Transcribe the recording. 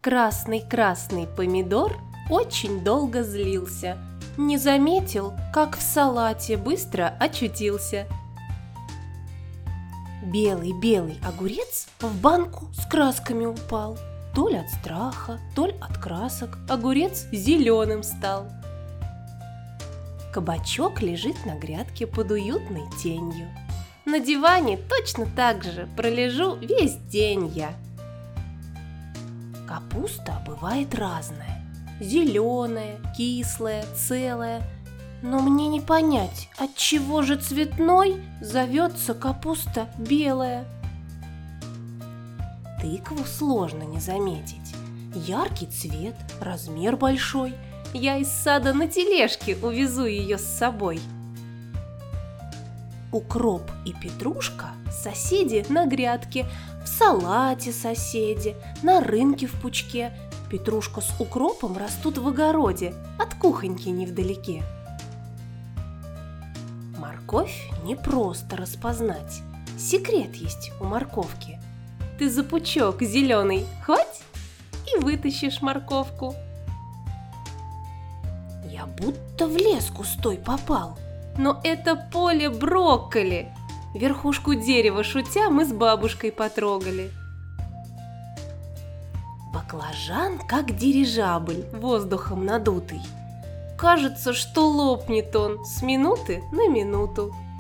Красный-красный помидор очень долго злился. Не заметил, как в салате быстро очутился. Белый-белый огурец в банку с красками упал. То ли от страха, то ли от красок огурец зеленым стал. Кабачок лежит на грядке под уютной тенью. На диване точно так же пролежу весь день я. Капуста бывает разная. Зеленая, кислая, целая. Но мне не понять, отчего же цветной зовется капуста белая. Тыкву сложно не заметить. Яркий цвет, размер большой. Я из сада на тележке увезу ее с собой. Укроп и петрушка – соседи на грядке, в салате соседи, на рынке в пучке. Петрушка с укропом растут в огороде, от кухоньки невдалеке. Морковь непросто распознать, секрет есть у морковки. Ты за пучок зеленый хвать и вытащишь морковку. Я будто в лес густой попал, но это поле брокколи. Верхушку дерева шутя мы с бабушкой потрогали. Баклажан как дирижабль, воздухом надутый. Кажется, что лопнет он с минуты на минуту.